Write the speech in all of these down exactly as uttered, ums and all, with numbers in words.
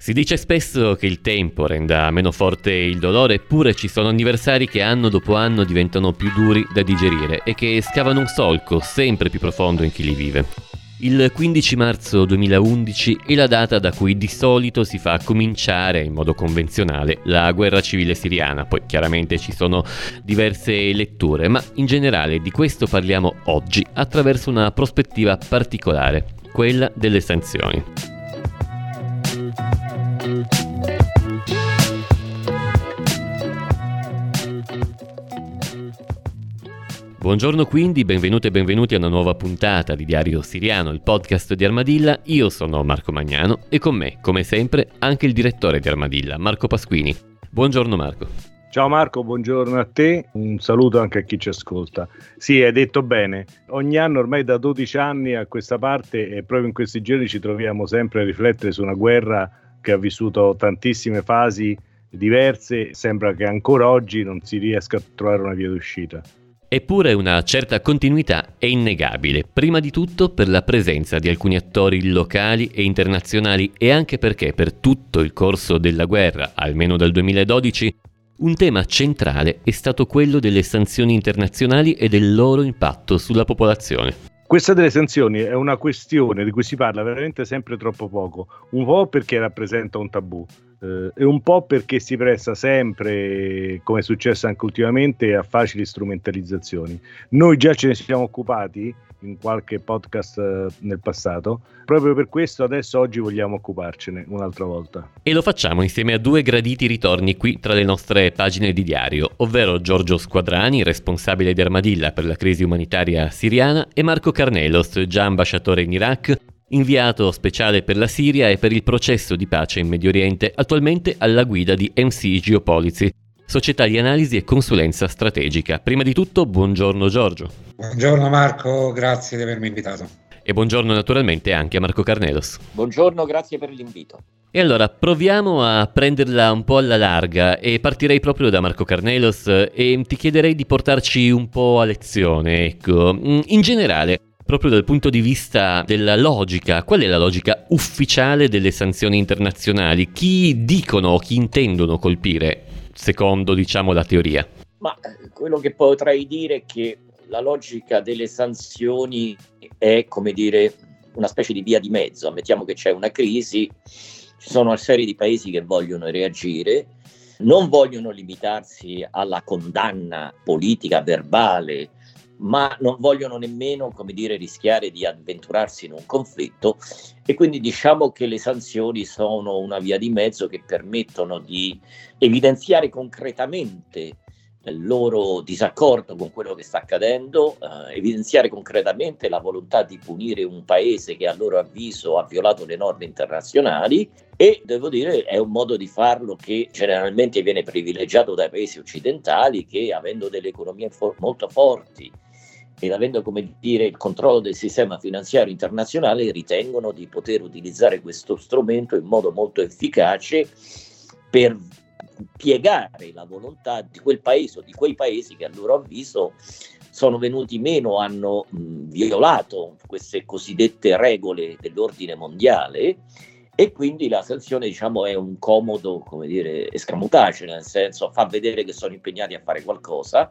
Si dice spesso che il tempo renda meno forte il dolore, eppure ci sono anniversari che anno dopo anno diventano più duri da digerire e che scavano un solco sempre più profondo in chi li vive. Il quindici marzo duemilaundici è la data da cui di solito si fa cominciare in modo convenzionale la guerra civile siriana, poi chiaramente ci sono diverse letture, ma in generale di questo parliamo oggi attraverso una prospettiva particolare, quella delle sanzioni. Buongiorno quindi, benvenute e benvenuti a una nuova puntata di Diario Siriano, il podcast di Armadilla. Io sono Marco Magnano e con me, come sempre, anche il direttore di Armadilla, Marco Pasquini. Buongiorno Marco. Ciao Marco, buongiorno a te, un saluto anche a chi ci ascolta. Sì, hai detto bene, ogni anno ormai da dodici anni a questa parte e proprio in questi giorni ci troviamo sempre a riflettere su una guerra che ha vissuto tantissime fasi diverse, sembra che ancora oggi non si riesca a trovare una via d'uscita. Eppure una certa continuità è innegabile, prima di tutto per la presenza di alcuni attori locali e internazionali e anche perché per tutto il corso della guerra, almeno dal duemiladodici, un tema centrale è stato quello delle sanzioni internazionali e del loro impatto sulla popolazione. Questa delle sanzioni è una questione di cui si parla veramente sempre troppo poco, un po' perché rappresenta un tabù eh, e un po' perché si presta sempre, come è successo anche ultimamente, a facili strumentalizzazioni. Noi già ce ne siamo occupati in qualche podcast eh, nel passato, proprio per questo adesso oggi vogliamo occuparcene un'altra volta. E lo facciamo insieme a due graditi ritorni qui tra le nostre pagine di diario, ovvero Giorgio Squadrani, responsabile di Armadilla per la crisi umanitaria siriana, e Marco Carnelos, già ambasciatore in Iraq, inviato speciale per la Siria e per il processo di pace in Medio Oriente, attualmente alla guida di M C Geopolicy, società di analisi e consulenza strategica. Prima di tutto, buongiorno Giorgio. Buongiorno Marco, grazie di avermi invitato. E buongiorno naturalmente anche a Marco Carnelos. Buongiorno, grazie per l'invito. E allora proviamo a prenderla un po' alla larga e partirei proprio da Marco Carnelos e ti chiederei di portarci un po' a lezione, ecco. In generale, proprio dal punto di vista della logica, qual è la logica ufficiale delle sanzioni internazionali? Chi dicono o chi intendono colpire, secondo diciamo la teoria? Ma quello che potrei dire è che la logica delle sanzioni è, come dire, una specie di via di mezzo. Ammettiamo che c'è una crisi, ci sono una serie di paesi che vogliono reagire, non vogliono limitarsi alla condanna politica verbale, ma non vogliono nemmeno, come dire, rischiare di avventurarsi in un conflitto, e quindi diciamo che le sanzioni sono una via di mezzo che permettono di evidenziare concretamente il loro disaccordo con quello che sta accadendo, eh, evidenziare concretamente la volontà di punire un paese che a loro avviso ha violato le norme internazionali, e devo dire è un modo di farlo che generalmente viene privilegiato dai paesi occidentali che, avendo delle economie for- molto forti ed avendo, come dire, il controllo del sistema finanziario internazionale, ritengono di poter utilizzare questo strumento in modo molto efficace per piegare la volontà di quel paese o di quei paesi che a loro avviso sono venuti meno, hanno mh, violato queste cosiddette regole dell'ordine mondiale, e quindi la sanzione, diciamo, è un comodo, come dire, escamotage, nel senso fa vedere che sono impegnati a fare qualcosa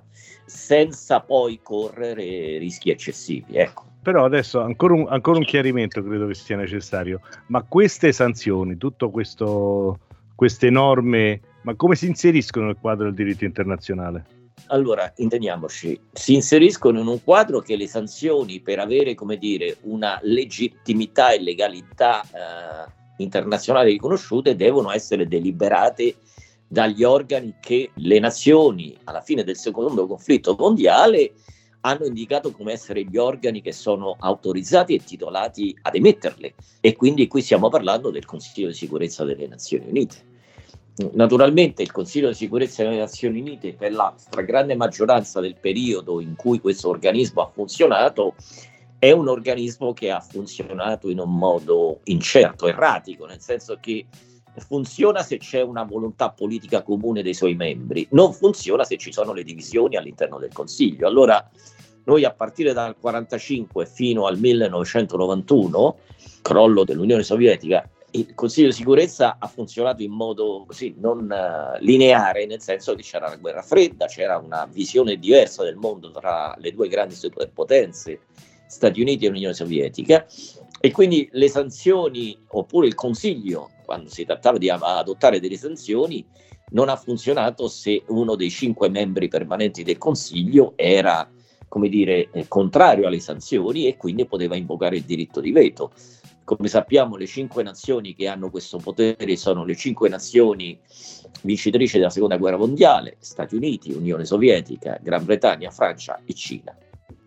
senza poi correre rischi eccessivi, ecco. Però adesso ancora un, ancora un chiarimento credo che sia necessario, ma queste sanzioni, tutto questo, queste norme, ma come si inseriscono nel quadro del diritto internazionale? Allora, intendiamoci, si inseriscono in un quadro che le sanzioni, per avere, come dire, una legittimità e legalità eh, internazionali riconosciute, devono essere deliberate dagli organi che le nazioni alla fine del secondo conflitto mondiale hanno indicato come essere gli organi che sono autorizzati e titolati ad emetterle, e quindi qui stiamo parlando del Consiglio di sicurezza delle Nazioni Unite. Naturalmente il Consiglio di sicurezza delle Nazioni Unite, per la stragrande maggioranza del periodo in cui questo organismo ha funzionato, è un organismo che ha funzionato in un modo incerto, erratico, nel senso che funziona se c'è una volontà politica comune dei suoi membri, non funziona se ci sono le divisioni all'interno del Consiglio. Allora noi, a partire dal quarantacinque fino al millenovecentonovantuno, crollo dell'Unione Sovietica, il Consiglio di sicurezza ha funzionato in modo così non uh, lineare, nel senso che c'era la guerra fredda, c'era una visione diversa del mondo tra le due grandi superpotenze, Stati Uniti e Unione Sovietica, e quindi le sanzioni, oppure il Consiglio, quando si trattava di adottare delle sanzioni, non ha funzionato se uno dei cinque membri permanenti del Consiglio era, come dire, eh, contrario alle sanzioni e quindi poteva invocare il diritto di veto. Come sappiamo, le cinque nazioni che hanno questo potere sono le cinque nazioni vincitrici della Seconda Guerra Mondiale: Stati Uniti, Unione Sovietica, Gran Bretagna, Francia e Cina.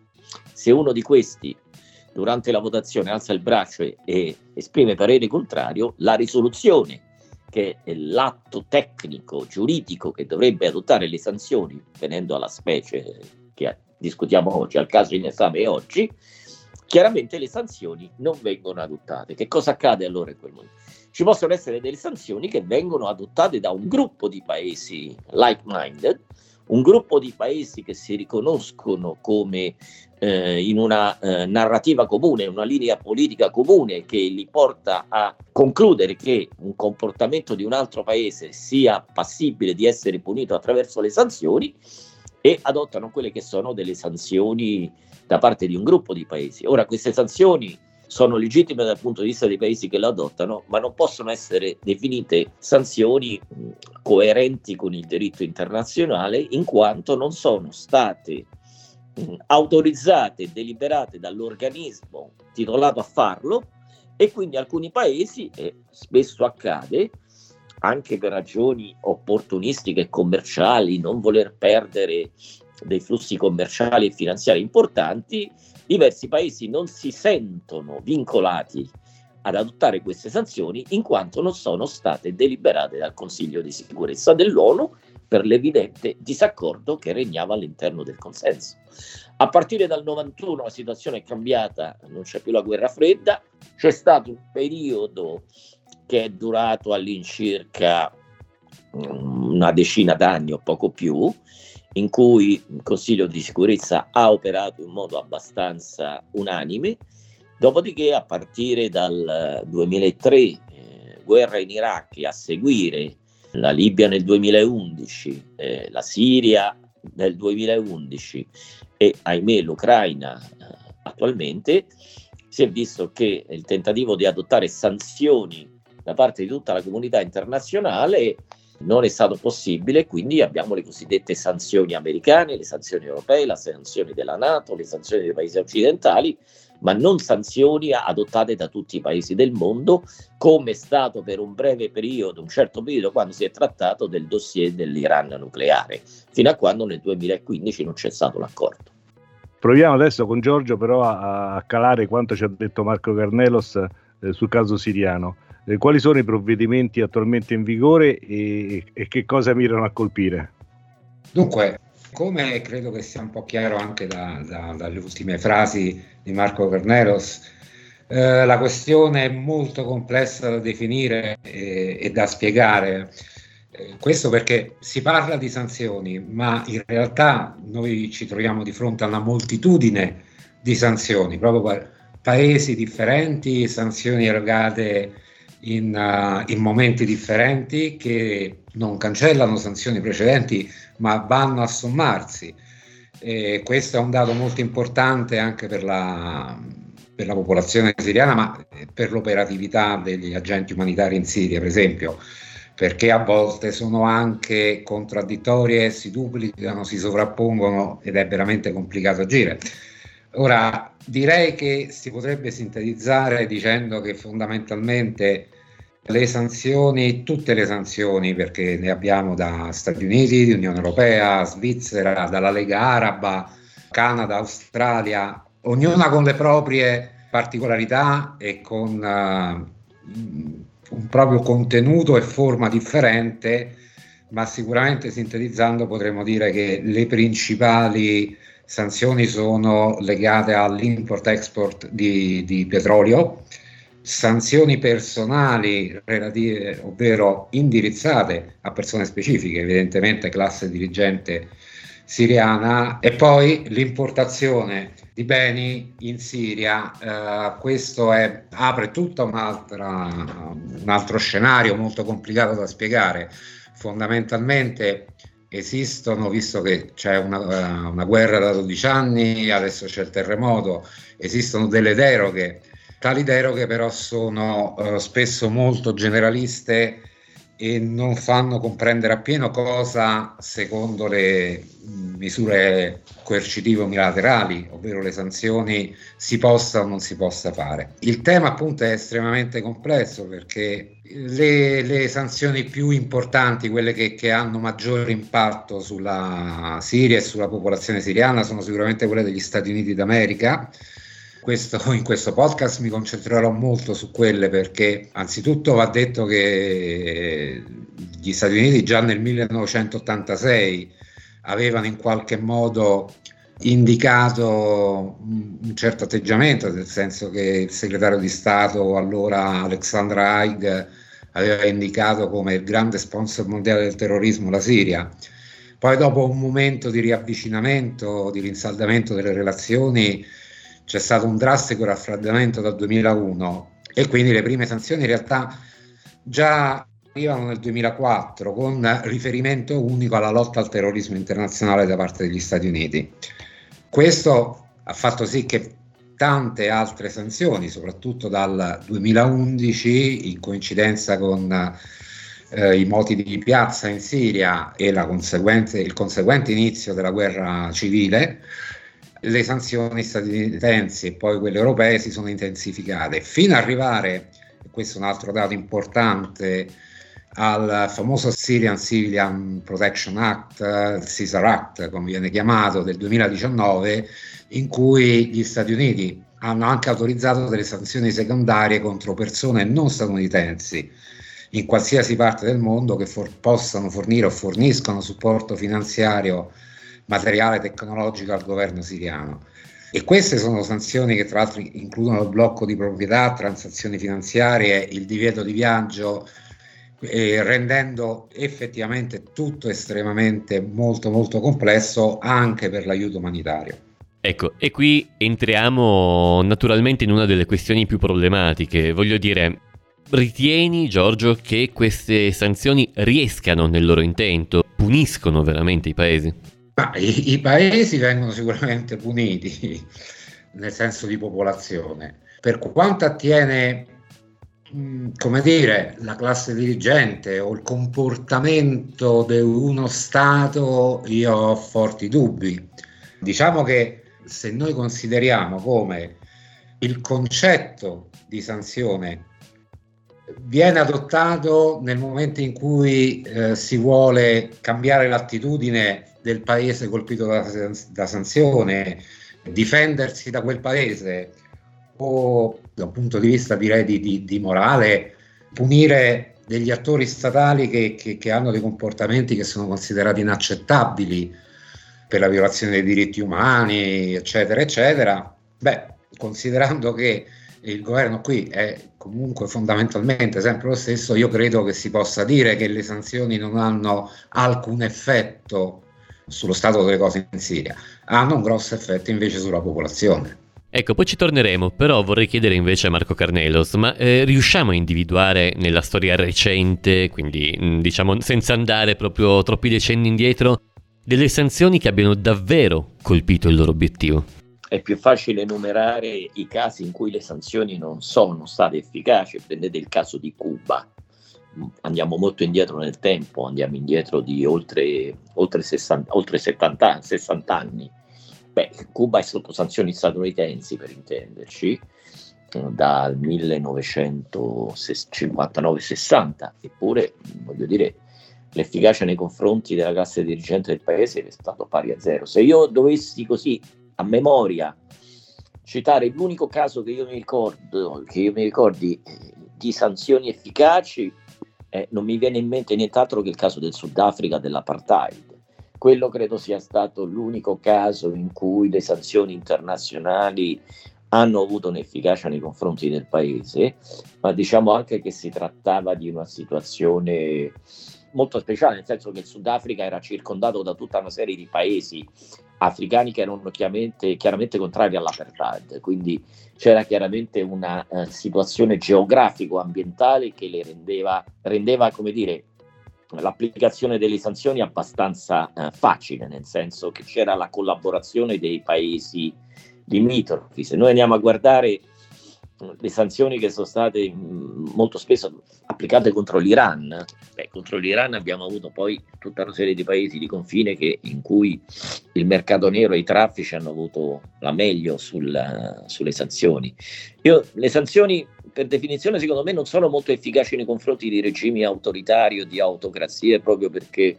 Se uno di questi durante la votazione alza il braccio e, e esprime parere contrario, la risoluzione, che è l'atto tecnico, giuridico che dovrebbe adottare le sanzioni, venendo alla specie che discutiamo oggi, al caso in esame oggi, chiaramente le sanzioni non vengono adottate. Che cosa accade allora in quel momento? Ci possono essere delle sanzioni che vengono adottate da un gruppo di paesi like-minded, un gruppo di paesi che si riconoscono come eh, in una eh, narrativa comune, una linea politica comune che li porta a concludere che un comportamento di un altro paese sia passibile di essere punito attraverso le sanzioni, e adottano quelle che sono delle sanzioni da parte di un gruppo di paesi. Ora, queste sanzioni sono legittime dal punto di vista dei paesi che le adottano, ma non possono essere definite sanzioni mh, coerenti con il diritto internazionale, in quanto non sono state mh, autorizzate e deliberate dall'organismo titolato a farlo, e quindi alcuni paesi, e spesso accade, anche per ragioni opportunistiche e commerciali, non voler perdere dei flussi commerciali e finanziari importanti, diversi paesi non si sentono vincolati ad adottare queste sanzioni in quanto non sono state deliberate dal Consiglio di sicurezza dell'ONU per l'evidente disaccordo che regnava all'interno del consenso. A partire dal novantuno la situazione è cambiata, non c'è più la guerra fredda, c'è stato un periodo che è durato all'incirca una decina d'anni o poco più, in cui il Consiglio di sicurezza ha operato in modo abbastanza unanime. Dopodiché, a partire dal duemilatré, eh, guerra in Iraq, e a seguire la Libia nel duemilaundici, eh, la Siria nel duemilaundici e, ahimè, l'Ucraina eh, attualmente, si è visto che il tentativo di adottare sanzioni da parte di tutta la comunità internazionale non è stato possibile, quindi abbiamo le cosiddette sanzioni americane, le sanzioni europee, le sanzioni della NATO, le sanzioni dei paesi occidentali, ma non sanzioni adottate da tutti i paesi del mondo, come è stato per un breve periodo, un certo periodo, quando si è trattato del dossier dell'Iran nucleare, fino a quando nel duemilaquindici non c'è stato l'accordo. Proviamo adesso con Giorgio però a, a calare quanto ci ha detto Marco Carnelos eh, sul caso siriano. Eh, quali sono i provvedimenti attualmente in vigore e, e che cosa mirano a colpire? Dunque, come credo che sia un po' chiaro anche da, da, dalle ultime frasi di Marco Carnelos, eh, la questione è molto complessa da definire e, e da spiegare. Eh, questo perché si parla di sanzioni, ma in realtà noi ci troviamo di fronte a una moltitudine di sanzioni, proprio per paesi differenti, sanzioni erogate in, uh, in momenti differenti, che non cancellano sanzioni precedenti, ma vanno a sommarsi. E questo è un dato molto importante anche per la, per la popolazione siriana, ma per l'operatività degli agenti umanitari in Siria, per esempio, perché a volte sono anche contraddittorie, si duplicano, si sovrappongono ed è veramente complicato agire. Ora, direi che si potrebbe sintetizzare dicendo che fondamentalmente le sanzioni, tutte le sanzioni, perché ne abbiamo da Stati Uniti, Unione Europea, Svizzera, dalla Lega Araba, Canada, Australia, ognuna con le proprie particolarità e con uh, un proprio contenuto e forma differente, ma sicuramente sintetizzando potremmo dire che le principali sanzioni sono legate all'import-export di, di petrolio, sanzioni personali relative, ovvero indirizzate a persone specifiche, evidentemente classe dirigente siriana, e poi l'importazione di beni in Siria. Eh, questo è, apre tutto un'altra, un altro scenario molto complicato da spiegare. Fondamentalmente esistono, visto che c'è una, una guerra da dodici anni, adesso c'è il terremoto, esistono delle deroghe. Tali deroghe però sono eh, spesso molto generaliste e non fanno comprendere appieno cosa, secondo le misure coercitive unilaterali, ovvero le sanzioni, si possa o non si possa fare. Il tema appunto è estremamente complesso, perché le, le sanzioni più importanti, quelle che, che hanno maggiore impatto sulla Siria e sulla popolazione siriana, sono sicuramente quelle degli Stati Uniti d'America. Questo, in questo podcast mi concentrerò molto su quelle, perché anzitutto va detto che gli Stati Uniti già nel millenovecentottantasei avevano in qualche modo indicato un certo atteggiamento, nel senso che il segretario di Stato allora Alexander Haig aveva indicato come il grande sponsor mondiale del terrorismo la Siria. Poi, dopo un momento di riavvicinamento, di rinsaldamento delle relazioni, c'è stato un drastico raffreddamento dal duemilauno, e quindi le prime sanzioni in realtà già arrivano nel duemilaquattro, con riferimento unico alla lotta al terrorismo internazionale da parte degli Stati Uniti. Questo ha fatto sì che tante altre sanzioni, soprattutto dal duemilaundici, in coincidenza con eh, i moti di piazza in Siria e la conseguente, il conseguente inizio della guerra civile, le sanzioni statunitensi e poi quelle europee si sono intensificate, fino ad arrivare, e questo è un altro dato importante, al famoso Syrian Civilian Protection Act, il Caesar Act come viene chiamato, del duemiladiciannove, in cui gli Stati Uniti hanno anche autorizzato delle sanzioni secondarie contro persone non statunitensi in qualsiasi parte del mondo che for- possano fornire o forniscono supporto finanziario, materiale, tecnologico al governo siriano. E queste sono sanzioni che tra l'altro includono il blocco di proprietà, transazioni finanziarie, il divieto di viaggio, eh, rendendo effettivamente tutto estremamente molto molto complesso anche per l'aiuto umanitario. Ecco, e qui entriamo naturalmente in una delle questioni più problematiche. Voglio dire, ritieni, Giorgio, che queste sanzioni riescano nel loro intento, puniscono veramente i paesi? Ma i, i paesi vengono sicuramente puniti nel senso di popolazione. Per quanto attiene, mh, come dire, la classe dirigente o il comportamento di uno Stato, io ho forti dubbi. Diciamo che se noi consideriamo come il concetto di sanzione viene adottato nel momento in cui eh, si vuole cambiare l'attitudine del paese colpito da, da sanzione, difendersi da quel paese, o da un punto di vista direi di, di, di morale, punire degli attori statali che, che, che hanno dei comportamenti che sono considerati inaccettabili per la violazione dei diritti umani, eccetera, eccetera. Beh, considerando che il governo qui è comunque fondamentalmente sempre lo stesso, io credo che si possa dire che le sanzioni non hanno alcun effetto sullo stato delle cose in Siria, hanno un grosso effetto invece sulla popolazione. Ecco, poi ci torneremo, però vorrei chiedere invece a Marco Carnelos, ma eh, riusciamo a individuare nella storia recente, quindi mh, diciamo senza andare proprio troppi decenni indietro, delle sanzioni che abbiano davvero colpito il loro obiettivo? È più facile enumerare i casi in cui le sanzioni non sono state efficaci. Prendete il caso di Cuba, andiamo molto indietro nel tempo, andiamo indietro di oltre, oltre, sessanta, oltre settanta, sessanta anni. Beh, Cuba è sotto sanzioni statunitensi, per intenderci, dal millenovecentocinquantanove sessanta, eppure, voglio dire, l'efficacia nei confronti della classe dirigente del paese è stato pari a zero. Se io dovessi così a memoria citare l'unico caso che io mi ricordo, che io mi ricordi eh, di sanzioni efficaci, eh, non mi viene in mente nient'altro che il caso del Sudafrica dell'apartheid. Quello credo sia stato l'unico caso in cui le sanzioni internazionali hanno avuto un'efficacia nei confronti del paese, ma diciamo anche che si trattava di una situazione molto speciale, nel senso che il Sudafrica era circondato da tutta una serie di paesi africani che erano chiaramente, chiaramente contrari all'apartheid, quindi c'era chiaramente una uh, situazione geografico-ambientale che le rendeva, rendeva, come dire, l'applicazione delle sanzioni abbastanza uh, facile, nel senso che c'era la collaborazione dei paesi limitrofi. Se noi andiamo a guardare le sanzioni che sono state mh, molto spesso applicate contro l'Iran, beh, contro l'Iran abbiamo avuto poi tutta una serie di paesi di confine che, in cui il mercato nero e i traffici hanno avuto la meglio sul, sulle sanzioni. Io, le sanzioni per definizione secondo me non sono molto efficaci nei confronti di regimi autoritari o di autocrazie, proprio perché,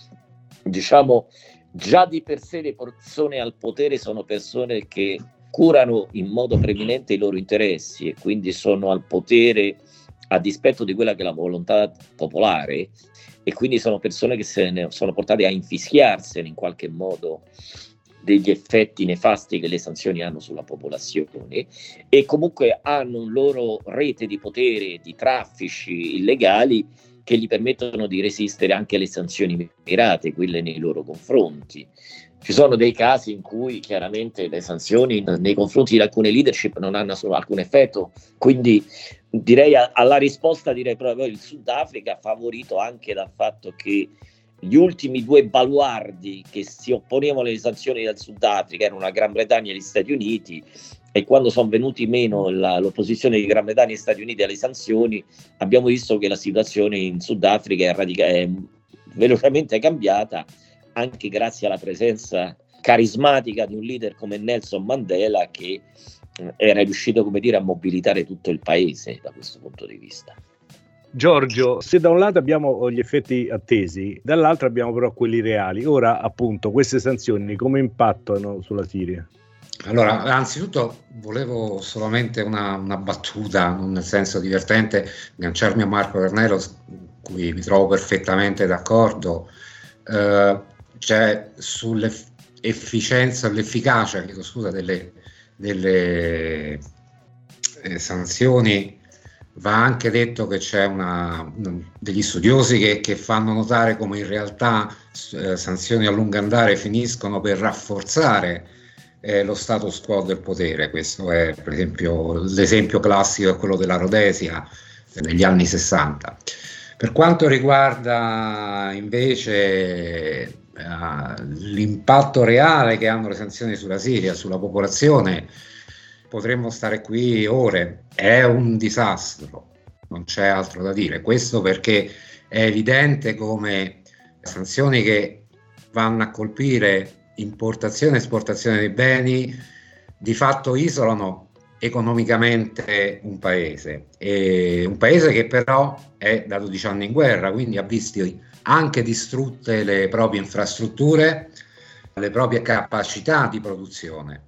diciamo, già di per sé le persone al potere sono persone che curano in modo preminente i loro interessi e quindi sono al potere a dispetto di quella che è la volontà popolare, e quindi sono persone che se ne sono portate a infischiarsene in qualche modo degli effetti nefasti che le sanzioni hanno sulla popolazione, e comunque hanno un loro rete di potere, di traffici illegali che gli permettono di resistere anche alle sanzioni mirate, quelle nei loro confronti. Ci sono dei casi in cui chiaramente le sanzioni nei confronti di alcune leadership non hanno solo alcun effetto, quindi direi alla risposta direi proprio il Sudafrica, favorito anche dal fatto che gli ultimi due baluardi che si opponevano alle sanzioni del Sudafrica erano la Gran Bretagna e gli Stati Uniti, e quando sono venuti meno la, l'opposizione di Gran Bretagna e Stati Uniti alle sanzioni, abbiamo visto che la situazione in Sudafrica è, radica- è velocemente cambiata, anche grazie alla presenza carismatica di un leader come Nelson Mandela, che era riuscito, come dire, a mobilitare tutto il paese da questo punto di vista. Giorgio, se da un lato abbiamo gli effetti attesi, dall'altro abbiamo però quelli reali. Ora, appunto, queste sanzioni come impattano sulla Siria? Allora, anzitutto volevo solamente una, una battuta, non nel senso divertente, agganciarmi a Marco Carneros, con cui mi trovo perfettamente d'accordo. Uh, cioè sull'efficienza, l'efficacia, chiedo scusa, delle, delle eh, sanzioni va anche detto che c'è una, degli studiosi che, che fanno notare come in realtà eh, sanzioni a lungo andare finiscono per rafforzare eh, lo status quo del potere. Questo è, per esempio, l'esempio classico è quello della Rhodesia negli anni sessanta. Per quanto riguarda invece uh, l'impatto reale che hanno le sanzioni sulla Siria, sulla popolazione, potremmo stare qui ore. È un disastro, non c'è altro da dire. Questo perché è evidente come sanzioni che vanno a colpire importazione e esportazione dei beni di fatto isolano economicamente un paese, e un paese che però è da dodici anni in guerra, quindi ha visto anche distrutte le proprie infrastrutture, le proprie capacità di produzione.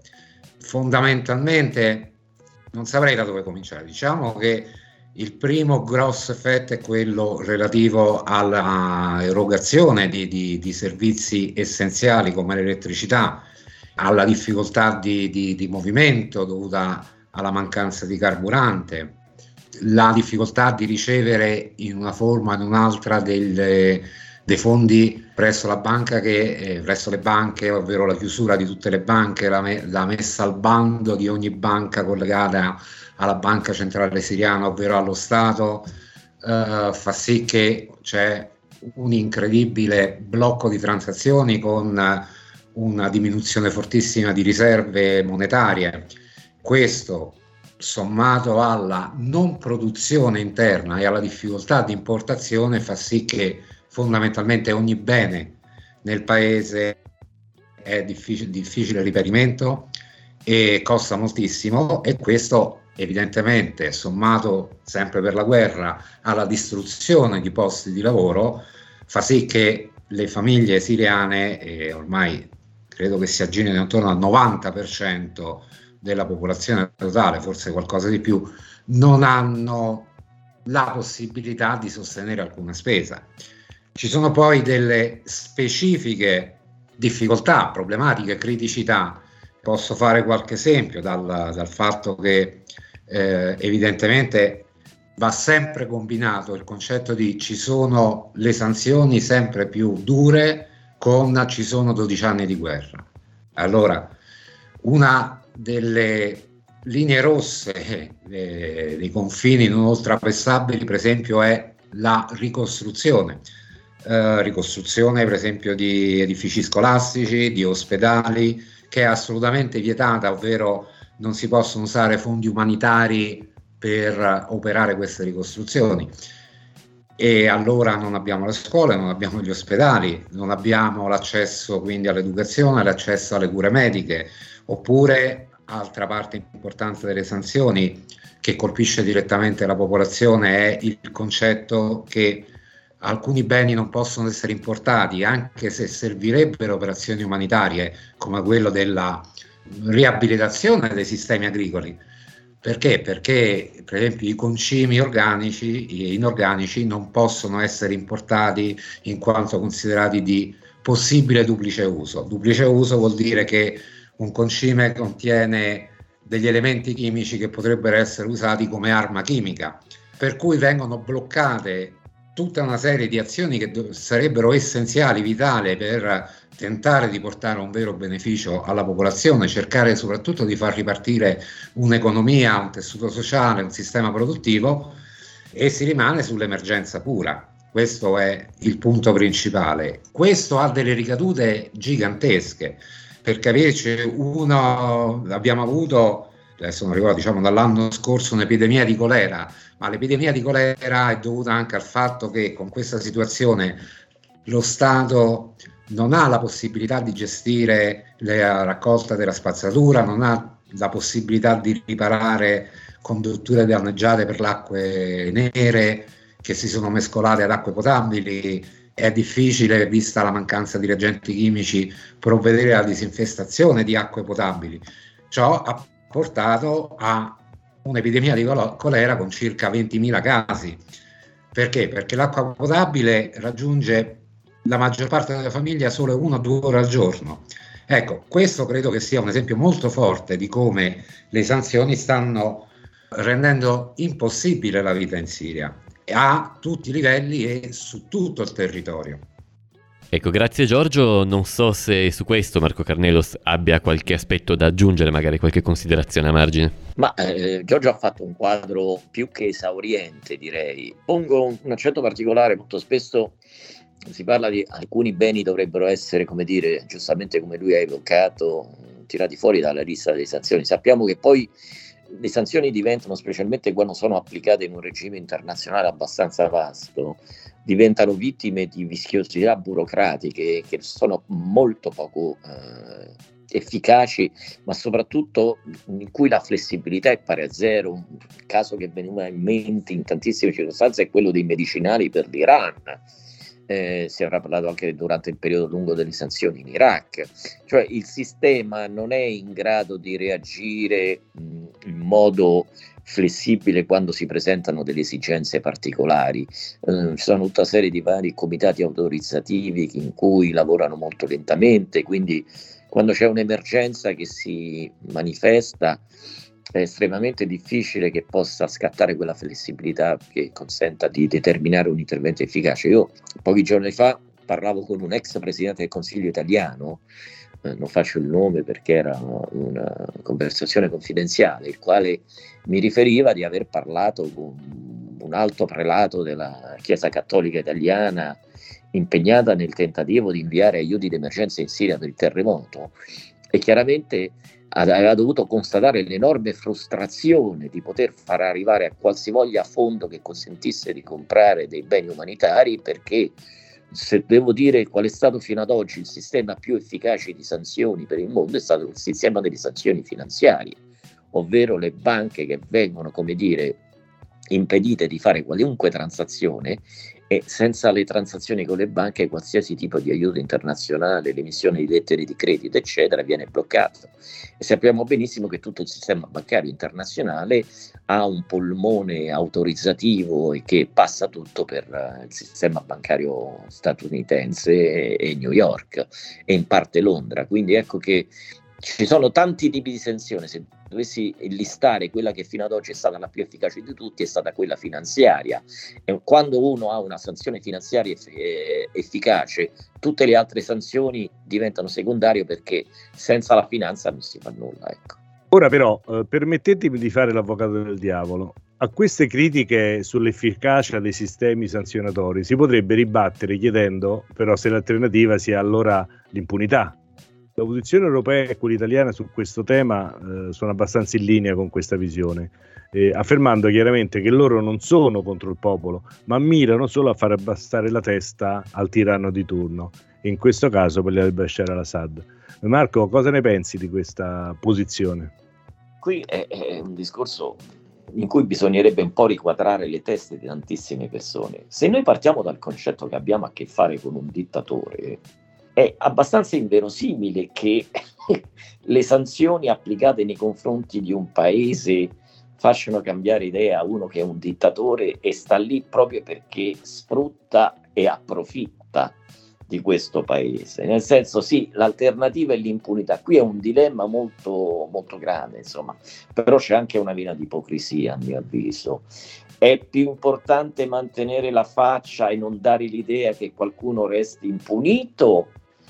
Fondamentalmente non saprei da dove cominciare. Diciamo che il primo grosso effetto è quello relativo alla erogazione di, di, di servizi essenziali come l'elettricità, alla difficoltà di, di, di movimento dovuta alla mancanza di carburante, la difficoltà di ricevere in una forma o in un'altra del, dei fondi presso la banca che, eh, presso le banche, ovvero la chiusura di tutte le banche, la, me, la messa al bando di ogni banca collegata alla banca centrale siriana, ovvero allo Stato, eh, fa sì che c'è un incredibile blocco di transazioni con una diminuzione fortissima di riserve monetarie. Questo, sommato alla non produzione interna e alla difficoltà di importazione, fa sì che fondamentalmente ogni bene nel paese è difficile, difficile reperimento e costa moltissimo, e questo evidentemente, sommato sempre per la guerra alla distruzione di posti di lavoro, fa sì che le famiglie siriane, e ormai credo che si aggirino intorno al novanta per cento della popolazione totale, forse qualcosa di più, non hanno la possibilità di sostenere alcuna spesa. Ci sono poi delle specifiche difficoltà, problematiche, criticità. Posso fare qualche esempio dal, dal fatto che eh, evidentemente va sempre combinato il concetto di ci sono le sanzioni sempre più dure con ci sono dodici anni di guerra. Allora, una delle linee rosse, eh, dei confini non oltrapassabili, per esempio, è la ricostruzione. Eh, ricostruzione, per esempio, di edifici scolastici, di ospedali, che è assolutamente vietata, ovvero non si possono usare fondi umanitari per operare queste ricostruzioni. E allora non abbiamo le scuole, non abbiamo gli ospedali, non abbiamo l'accesso quindi all'educazione, l'accesso alle cure mediche. Oppure, altra parte importante delle sanzioni che colpisce direttamente la popolazione è il concetto che alcuni beni non possono essere importati, anche se servirebbero operazioni umanitarie come quello della riabilitazione dei sistemi agricoli. Perché? Perché per esempio i concimi organici, gli inorganici non possono essere importati in quanto considerati di possibile duplice uso. Duplice uso vuol dire che un concime contiene degli elementi chimici che potrebbero essere usati come arma chimica, per cui vengono bloccate tutta una serie di azioni che do- sarebbero essenziali, vitali per tentare di portare un vero beneficio alla popolazione, cercare soprattutto di far ripartire un'economia, un tessuto sociale, un sistema produttivo, e si rimane sull'emergenza pura. Questo è il punto principale. Questo ha delle ricadute gigantesche. Per capirci, uno, abbiamo avuto, adesso non ricordo, diciamo dall'anno scorso, un'epidemia di colera, ma l'epidemia di colera è dovuta anche al fatto che con questa situazione lo Stato non ha la possibilità di gestire la raccolta della spazzatura, non ha la possibilità di riparare condutture danneggiate per le acque nere che si sono mescolate ad acque potabili. È difficile, vista la mancanza di reagenti chimici, provvedere alla disinfestazione di acque potabili. Ciò ha portato a un'epidemia di colera con circa ventimila casi. Perché? Perché l'acqua potabile raggiunge la maggior parte delle famiglie solo una o due ore al giorno. Ecco, questo credo che sia un esempio molto forte di come le sanzioni stanno rendendo impossibile la vita in Siria, a tutti i livelli e su tutto il territorio. Ecco, grazie Giorgio. Non so se su questo Marco Carnelos abbia qualche aspetto da aggiungere, magari qualche considerazione a margine. Ma eh, Giorgio ha fatto un quadro più che esauriente, direi. Pongo un, un accento particolare. Molto spesso si parla di alcuni beni dovrebbero essere, come dire, giustamente come lui ha evocato, tirati fuori dalla lista delle sanzioni. Sappiamo che poi le sanzioni diventano, specialmente quando sono applicate in un regime internazionale abbastanza vasto, diventano vittime di vischiosità burocratiche che sono molto poco eh, efficaci, ma soprattutto in cui la flessibilità è pari a zero. Un caso che veniva in mente in tantissime circostanze è quello dei medicinali per l'Iran. Eh, si avrà parlato anche durante il periodo lungo delle sanzioni in Iraq. Cioè il sistema non è in grado di reagire mh, in modo flessibile quando si presentano delle esigenze particolari. Eh, ci sono tutta una serie di vari comitati autorizzativi in cui lavorano molto lentamente, quindi quando c'è un'emergenza che si manifesta è estremamente difficile che possa scattare quella flessibilità che consenta di determinare un intervento efficace. Io pochi giorni fa parlavo con un ex presidente del Consiglio italiano, eh, non faccio il nome perché era una conversazione confidenziale, il quale mi riferiva di aver parlato con un alto prelato della Chiesa Cattolica Italiana impegnata nel tentativo di inviare aiuti d'emergenza in Siria per il terremoto, e chiaramente aveva dovuto constatare l'enorme frustrazione di poter far arrivare a qualsivoglia fondo che consentisse di comprare dei beni umanitari, perché se devo dire qual è stato fino ad oggi il sistema più efficace di sanzioni per il mondo, è stato il sistema delle sanzioni finanziarie, ovvero le banche che vengono, come dire, impedite di fare qualunque transazione, e senza le transazioni con le banche qualsiasi tipo di aiuto internazionale, l'emissione di lettere di credito eccetera viene bloccato. E sappiamo benissimo che tutto il sistema bancario internazionale ha un polmone autorizzativo e che passa tutto per uh, il sistema bancario statunitense e, e New York e in parte Londra. Quindi ecco che ci sono tanti tipi di sanzione. Se dovessi listare quella che fino ad oggi è stata la più efficace di tutti, è stata quella finanziaria. E quando uno ha una sanzione finanziaria eff- efficace, tutte le altre sanzioni diventano secondarie, perché senza la finanza non si fa nulla, ecco. Ora però eh, permettetemi di fare l'avvocato del diavolo. A queste critiche sull'efficacia dei sistemi sanzionatori si potrebbe ribattere chiedendo però se l'alternativa sia allora l'impunità. La posizione europea e quella italiana su questo tema eh, sono abbastanza in linea con questa visione, eh, affermando chiaramente che loro non sono contro il popolo, ma mirano solo a far abbassare la testa al tiranno di turno, in questo caso per Bashar al-Assad. Marco, cosa ne pensi di questa posizione? Qui è, è un discorso in cui bisognerebbe un po' riquadrare le teste di tantissime persone. Se noi partiamo dal concetto che abbiamo a che fare con un dittatore, è abbastanza inverosimile che le sanzioni applicate nei confronti di un paese facciano cambiare idea a uno che è un dittatore e sta lì proprio perché sfrutta e approfitta di questo paese. Nel senso, sì, l'alternativa è l'impunità. Qui è un dilemma molto, molto grande, insomma, però c'è anche una vena di ipocrisia, a mio avviso. È più importante mantenere la faccia e non dare l'idea che qualcuno resti impunito,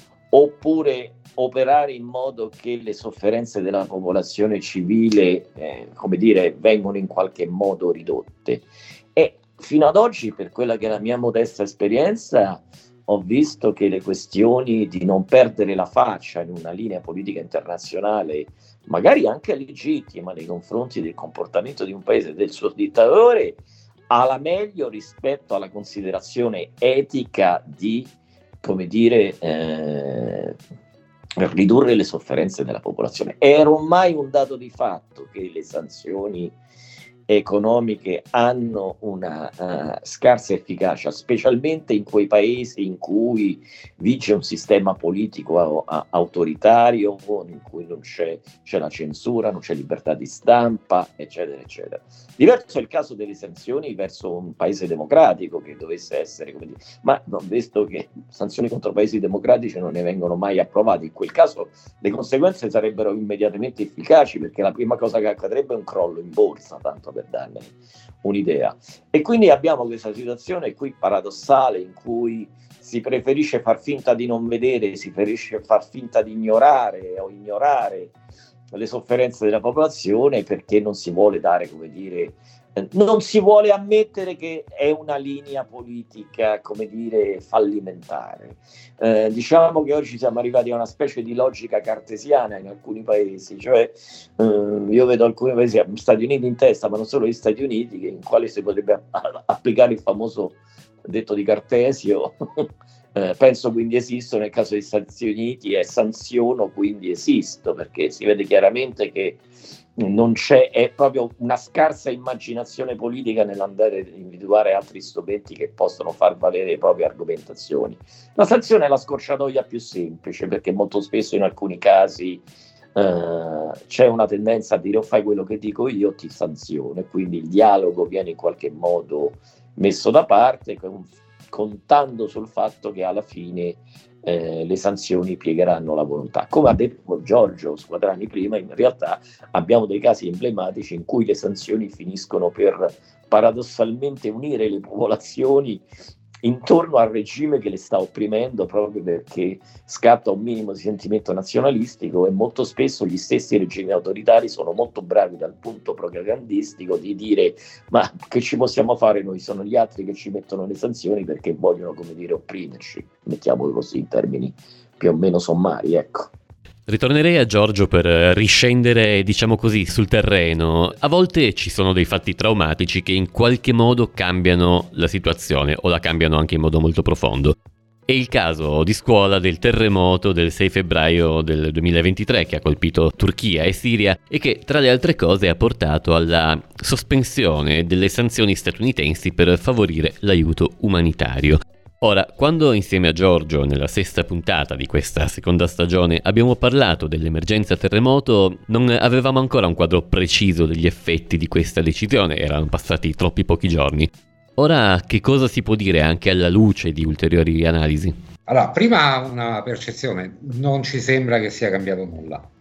oppure operare in modo che le sofferenze della popolazione civile, eh, come dire, vengono in qualche modo ridotte? E fino ad oggi, per quella che è la mia modesta esperienza, ho visto che le questioni di non perdere la faccia in una linea politica internazionale, magari anche legittima nei confronti del comportamento di un paese e del suo dittatore, ha la meglio rispetto alla considerazione etica di, come dire, eh, ridurre le sofferenze della popolazione. È ormai un dato di fatto che le sanzioni economiche hanno una uh, scarsa efficacia, specialmente in quei paesi in cui vige un sistema politico a, a, autoritario, in cui non c'è, c'è la censura, non c'è libertà di stampa, eccetera, eccetera. Diverso è il caso delle sanzioni verso un paese democratico che dovesse essere, come dire, ma ho visto che sanzioni contro paesi democratici non ne vengono mai approvate. In quel caso le conseguenze sarebbero immediatamente efficaci, perché la prima cosa che accadrebbe è un crollo in borsa, tanto per darne un'idea. E quindi abbiamo questa situazione qui paradossale in cui si preferisce far finta di non vedere, si preferisce far finta di ignorare o ignorare le sofferenze della popolazione, perché non si vuole dare, come dire, eh, non si vuole ammettere che è una linea politica, come dire, fallimentare. Eh, diciamo che oggi siamo arrivati a una specie di logica cartesiana in alcuni paesi, cioè eh, io vedo alcuni paesi, Stati Uniti in testa, ma non solo gli Stati Uniti, che, in quali si potrebbe a- applicare il famoso detto di Cartesio. Eh, penso quindi esisto, nel caso degli Stati Uniti è sanziono quindi esisto, perché si vede chiaramente che non c'è, è proprio una scarsa immaginazione politica nell'andare ad individuare altri strumenti che possono far valere le proprie argomentazioni. La sanzione è la scorciatoia più semplice, perché molto spesso in alcuni casi eh, c'è una tendenza a dire o fai quello che dico io o ti sanziono, e quindi il dialogo viene in qualche modo messo da parte, con contando sul fatto che alla fine eh, le sanzioni piegheranno la volontà. Come ha detto Giorgio Squadrani prima, in realtà abbiamo dei casi emblematici in cui le sanzioni finiscono per paradossalmente unire le popolazioni intorno al regime che le sta opprimendo, proprio perché scatta un minimo di sentimento nazionalistico, e molto spesso gli stessi regimi autoritari sono molto bravi dal punto propagandistico di dire ma che ci possiamo fare noi, sono gli altri che ci mettono le sanzioni perché vogliono, come dire, opprimerci, mettiamolo così in termini più o meno sommari, ecco. Ritornerei a Giorgio per riscendere, diciamo così, sul terreno. A volte ci sono dei fatti traumatici che in qualche modo cambiano la situazione, o la cambiano anche in modo molto profondo. È il caso di scuola del terremoto del sei febbraio del duemilaventitré che ha colpito Turchia e Siria e che, tra le altre cose, ha portato alla sospensione delle sanzioni statunitensi per favorire l'aiuto umanitario. Ora, quando insieme a Giorgio, nella sesta puntata di questa seconda stagione, abbiamo parlato dell'emergenza terremoto, non avevamo ancora un quadro preciso degli effetti di questa decisione, erano passati troppi pochi giorni. Ora, che cosa si può dire anche alla luce di ulteriori analisi? Allora, prima una percezione, non ci sembra che sia cambiato nulla.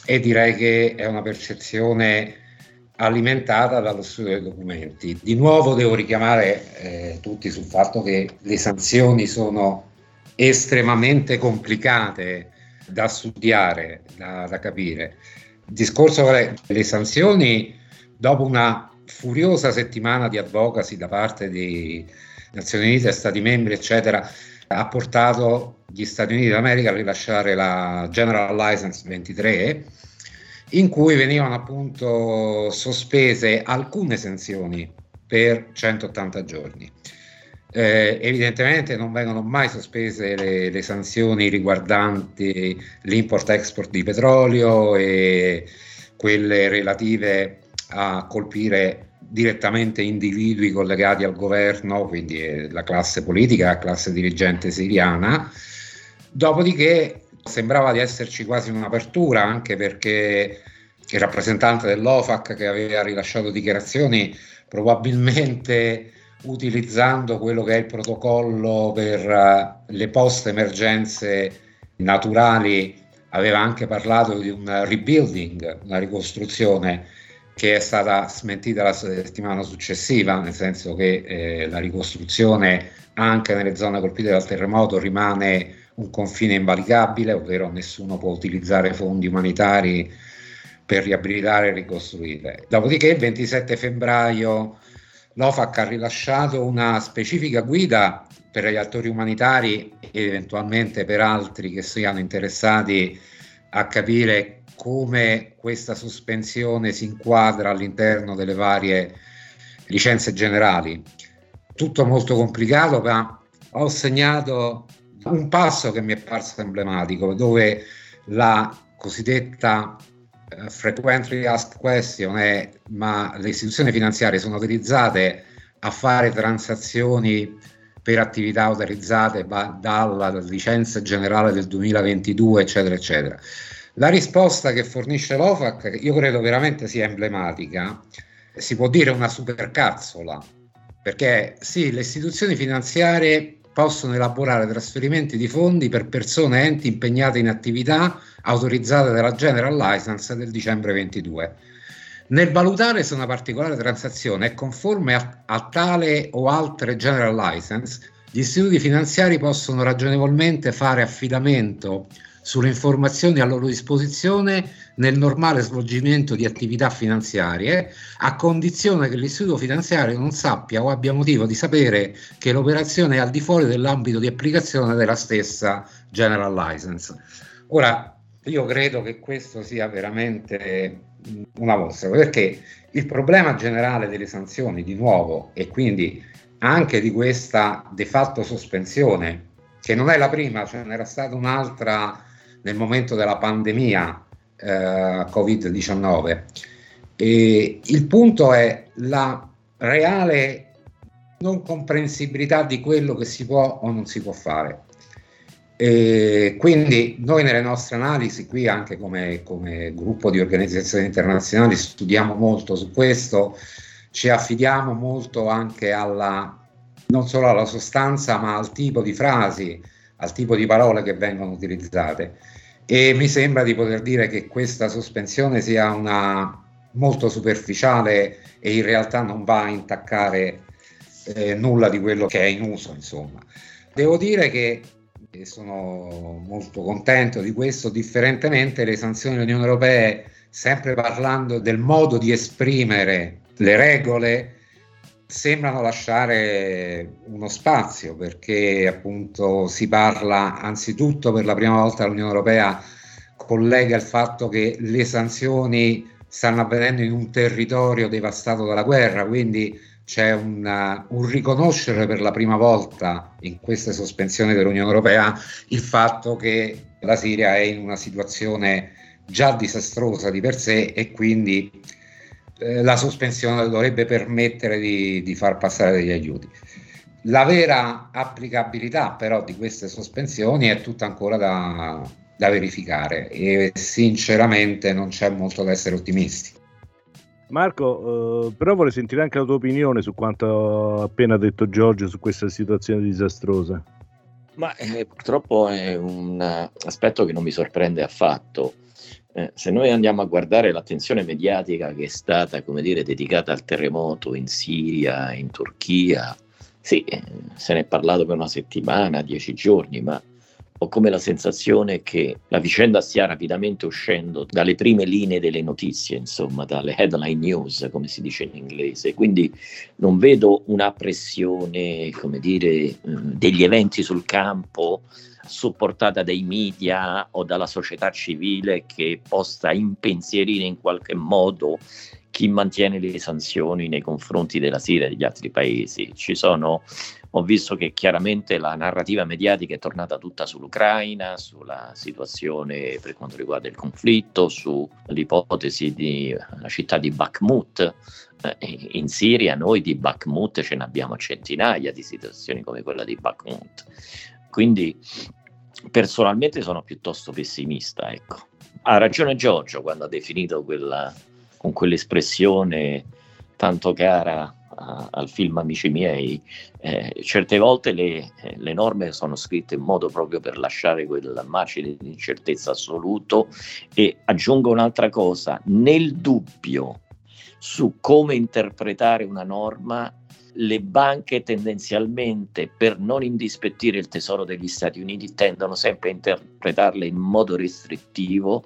e direi che è una percezione alimentata dallo studio dei documenti. Di nuovo devo richiamare eh, tutti sul fatto che le sanzioni sono estremamente complicate da studiare, da, da capire. Il discorso delle sanzioni, dopo una furiosa settimana di advocacy da parte di Nazioni Unite, Stati membri, eccetera, ha portato gli Stati Uniti d'America a rilasciare la General License ventitré, in cui venivano appunto sospese alcune sanzioni per centottanta giorni. Eh, evidentemente non vengono mai sospese le, le sanzioni riguardanti l'import-export di petrolio e quelle relative a colpire direttamente individui collegati al governo, quindi la classe politica, la classe dirigente siriana. Dopodiché sembrava di esserci quasi un'apertura, anche perché il rappresentante dell'OFAC, che aveva rilasciato dichiarazioni probabilmente utilizzando quello che è il protocollo per uh, le post-emergenze naturali, aveva anche parlato di un rebuilding, una ricostruzione, che è stata smentita la settimana successiva, nel senso che eh, la ricostruzione anche nelle zone colpite dal terremoto rimane un confine invalicabile, ovvero nessuno può utilizzare fondi umanitari per riabilitare e ricostruire. Dopodiché il ventisette febbraio l'OFAC ha rilasciato una specifica guida per gli attori umanitari ed eventualmente per altri che siano interessati a capire come questa sospensione si inquadra all'interno delle varie licenze generali. Tutto molto complicato, ma ho segnato un passo che mi è parso emblematico, dove la cosiddetta uh, frequently asked question è: ma le istituzioni finanziarie sono autorizzate a fare transazioni per attività autorizzate ba- dalla licenza generale del duemilaventidue, eccetera, eccetera? La risposta che fornisce l'OFAC, io credo veramente sia emblematica, si può dire una supercazzola, perché sì, le istituzioni finanziarie possono elaborare trasferimenti di fondi per persone e enti impegnate in attività autorizzate dalla General License del dicembre ventidue. Nel valutare se una particolare transazione è conforme a, a tale o altre General License, gli istituti finanziari possono ragionevolmente fare affidamento sulle informazioni a loro disposizione nel normale svolgimento di attività finanziarie, a condizione che l'istituto finanziario non sappia o abbia motivo di sapere che l'operazione è al di fuori dell'ambito di applicazione della stessa General License. Ora, io credo che questo sia veramente una mostra, perché il problema generale delle sanzioni, di nuovo, e quindi anche di questa de facto sospensione, che non è la prima, ce n'era stata un'altra nel momento della pandemia eh, covid diciannove. E il punto è la reale non comprensibilità di quello che si può o non si può fare. E quindi noi nelle nostre analisi qui, anche come, come gruppo di organizzazioni internazionali, studiamo molto su questo, ci affidiamo molto anche alla, non solo alla sostanza, ma al tipo di frasi, al tipo di parole che vengono utilizzate, e mi sembra di poter dire che questa sospensione sia una molto superficiale e in realtà non va a intaccare eh, nulla di quello che è in uso, insomma. Devo dire che e sono molto contento di questo. Differentemente, le sanzioni dell'Unione Europea, sempre parlando del modo di esprimere le regole, sembrano lasciare uno spazio, perché appunto si parla anzitutto, per la prima volta l'Unione Europea collega il fatto che le sanzioni stanno avvenendo in un territorio devastato dalla guerra, quindi c'è un, un riconoscere per la prima volta in queste sospensioni dell'Unione Europea il fatto che la Siria è in una situazione già disastrosa di per sé, e quindi eh, la sospensione dovrebbe permettere di, di far passare degli aiuti. La vera applicabilità però di queste sospensioni è tutta ancora da, da verificare, e sinceramente non c'è molto da essere ottimisti. Marco, eh, però vorrei sentire anche la tua opinione su quanto ha appena detto Giorgio su questa situazione disastrosa. Ma eh, purtroppo è un aspetto che non mi sorprende affatto. Eh, se noi andiamo a guardare l'attenzione mediatica che è stata, come dire, dedicata al terremoto in Siria, in Turchia, sì, eh, se ne è parlato per una settimana, dieci giorni, ma ho come la sensazione che la vicenda stia rapidamente uscendo dalle prime linee delle notizie, insomma, dalle headline news, come si dice in inglese. Quindi non vedo una pressione, come dire, eh, degli eventi sul campo supportata dai media o dalla società civile che possa impensierire in qualche modo chi mantiene le sanzioni nei confronti della Siria e degli altri paesi. Ci sono, ho visto che chiaramente la narrativa mediatica è tornata tutta sull'Ucraina, sulla situazione per quanto riguarda il conflitto, sull'ipotesi di la città di Bakhmut. Eh, in Siria noi di Bakhmut ce ne abbiamo centinaia di situazioni come quella di Bakhmut. Quindi personalmente sono piuttosto pessimista, ecco. Ha ragione Giorgio quando ha definito quella, con quell'espressione tanto cara a, al film Amici miei, eh, certe volte le, le norme sono scritte in modo proprio per lasciare quel margine di incertezza assoluto. E aggiungo un'altra cosa: nel dubbio su come interpretare una norma, le banche tendenzialmente, per non indispettire il tesoro degli Stati Uniti, tendono sempre a interpretarle in modo restrittivo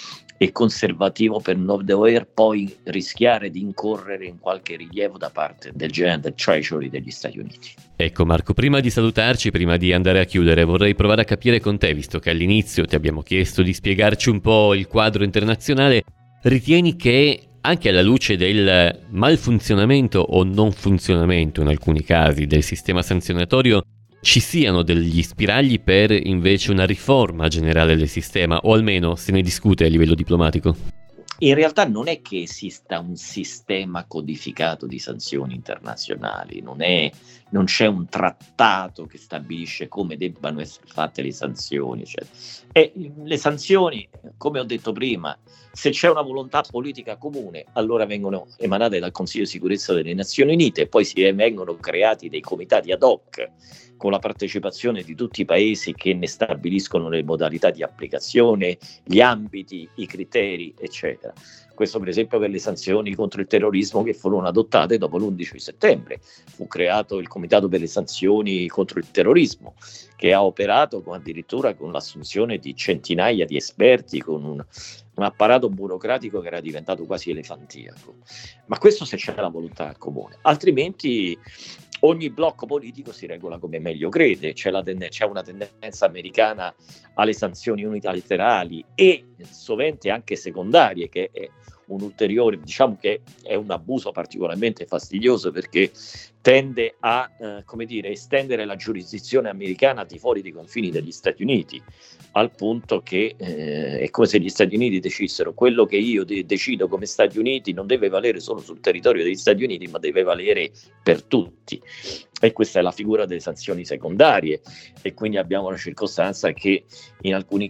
e conservativo per non dover poi rischiare di incorrere in qualche rilievo da parte del General Treasury degli Stati Uniti. Ecco Marco, prima di salutarci, prima di andare a chiudere, vorrei provare a capire con te, visto che all'inizio ti abbiamo chiesto di spiegarci un po' il quadro internazionale. Ritieni che anche alla luce del malfunzionamento o non funzionamento in alcuni casi del sistema sanzionatorio ci siano degli spiragli per invece una riforma generale del sistema, o almeno se ne discute a livello diplomatico? In realtà non è che esista un sistema codificato di sanzioni internazionali, non, è, non c'è un trattato che stabilisce come debbano essere fatte le sanzioni. Cioè. E le sanzioni, come ho detto prima, se c'è una volontà politica comune, allora vengono emanate dal Consiglio di Sicurezza delle Nazioni Unite e poi si vengono creati dei comitati ad hoc con la partecipazione di tutti i paesi che ne stabiliscono le modalità di applicazione, gli ambiti, i criteri, eccetera. Questo per esempio per le sanzioni contro il terrorismo che furono adottate dopo l'undici settembre. Fu creato il Comitato per le sanzioni contro il terrorismo, che ha operato con, addirittura con l'assunzione di centinaia di esperti, con un, un apparato burocratico che era diventato quasi elefantiaco. Ma questo se c'è la volontà comune, altrimenti ogni blocco politico si regola come meglio crede. C'è, la tende- c'è una tendenza americana alle sanzioni unilaterali e sovente anche secondarie, che è un ulteriore, diciamo che è un abuso particolarmente fastidioso, perché tende a eh, come dire, estendere la giurisdizione americana al di fuori dei confini degli Stati Uniti, al punto che eh, è come se gli Stati Uniti decidessero: quello che io de- decido come Stati Uniti non deve valere solo sul territorio degli Stati Uniti, ma deve valere per tutti. E questa è la figura delle sanzioni secondarie, e quindi abbiamo la circostanza che in alcuni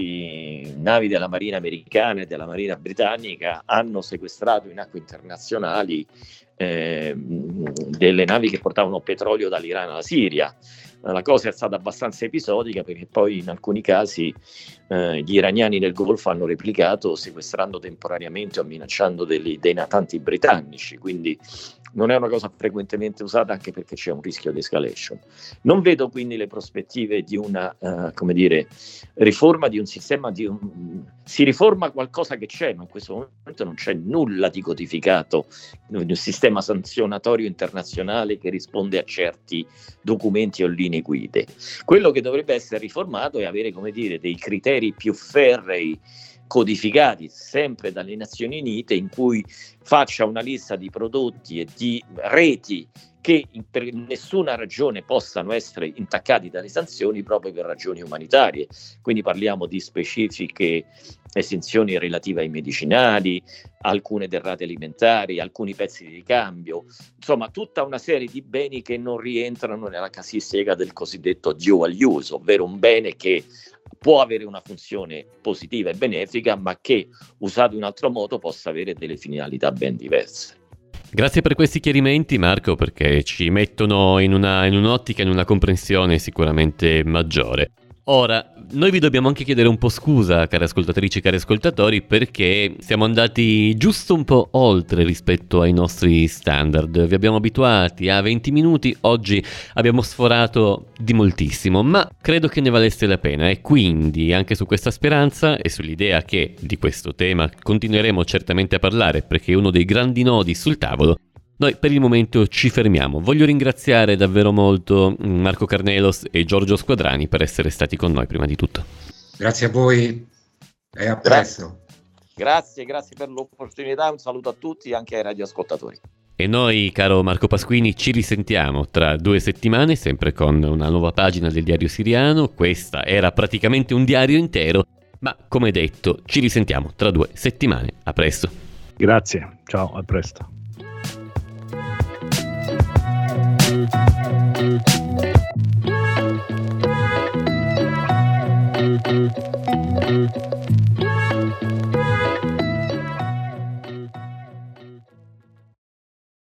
casi navi della Marina americana e della Marina britannica hanno sequestrato in acque internazionali eh, delle navi che portavano petrolio dall'Iran alla Siria. La cosa è stata abbastanza episodica, perché poi in alcuni casi eh, gli iraniani del Golfo hanno replicato, sequestrando temporaneamente o minacciando degli, dei natanti britannici, quindi non è una cosa frequentemente usata, anche perché c'è un rischio di escalation. Non vedo quindi le prospettive di una uh, come dire, riforma di un sistema, di un, si riforma qualcosa che c'è, ma in questo momento non c'è nulla di codificato di un sistema sanzionatorio internazionale che risponde a certi documenti o linee guide. Quello che dovrebbe essere riformato è avere, come dire, dei criteri più ferrei, codificati sempre dalle Nazioni Unite, in cui faccia una lista di prodotti e di reti che per nessuna ragione possano essere intaccati dalle sanzioni proprio per ragioni umanitarie. Quindi parliamo di specifiche esenzioni relative ai medicinali, alcune derrate alimentari, alcuni pezzi di ricambio, insomma tutta una serie di beni che non rientrano nella casistica del cosiddetto dual use, ovvero un bene che può avere una funzione positiva e benefica, ma che usato in un altro modo possa avere delle finalità ben diverse. Grazie per questi chiarimenti, Marco, perché ci mettono in, una, in un'ottica, in una comprensione sicuramente maggiore. Ora, noi vi dobbiamo anche chiedere un po' scusa, cari ascoltatrici, cari ascoltatori, perché siamo andati giusto un po' oltre rispetto ai nostri standard. Vi abbiamo abituati a venti minuti, oggi abbiamo sforato di moltissimo, ma credo che ne valesse la pena e quindi anche su questa speranza e sull'idea che di questo tema continueremo certamente a parlare perché è uno dei grandi nodi sul tavolo, noi per il momento ci fermiamo. Voglio ringraziare davvero molto Marco Carnelos e Giorgio Squadrani per essere stati con noi prima di tutto. Grazie a voi e a presto. Grazie, grazie per l'opportunità, un saluto a tutti, anche ai radioascoltatori. E noi, caro Marco Pasquini, ci risentiamo tra due settimane, sempre con una nuova pagina del Diario Siriano. Questa era praticamente un diario intero, ma come detto, ci risentiamo tra due settimane. A presto. Grazie, ciao, a presto. Thank you.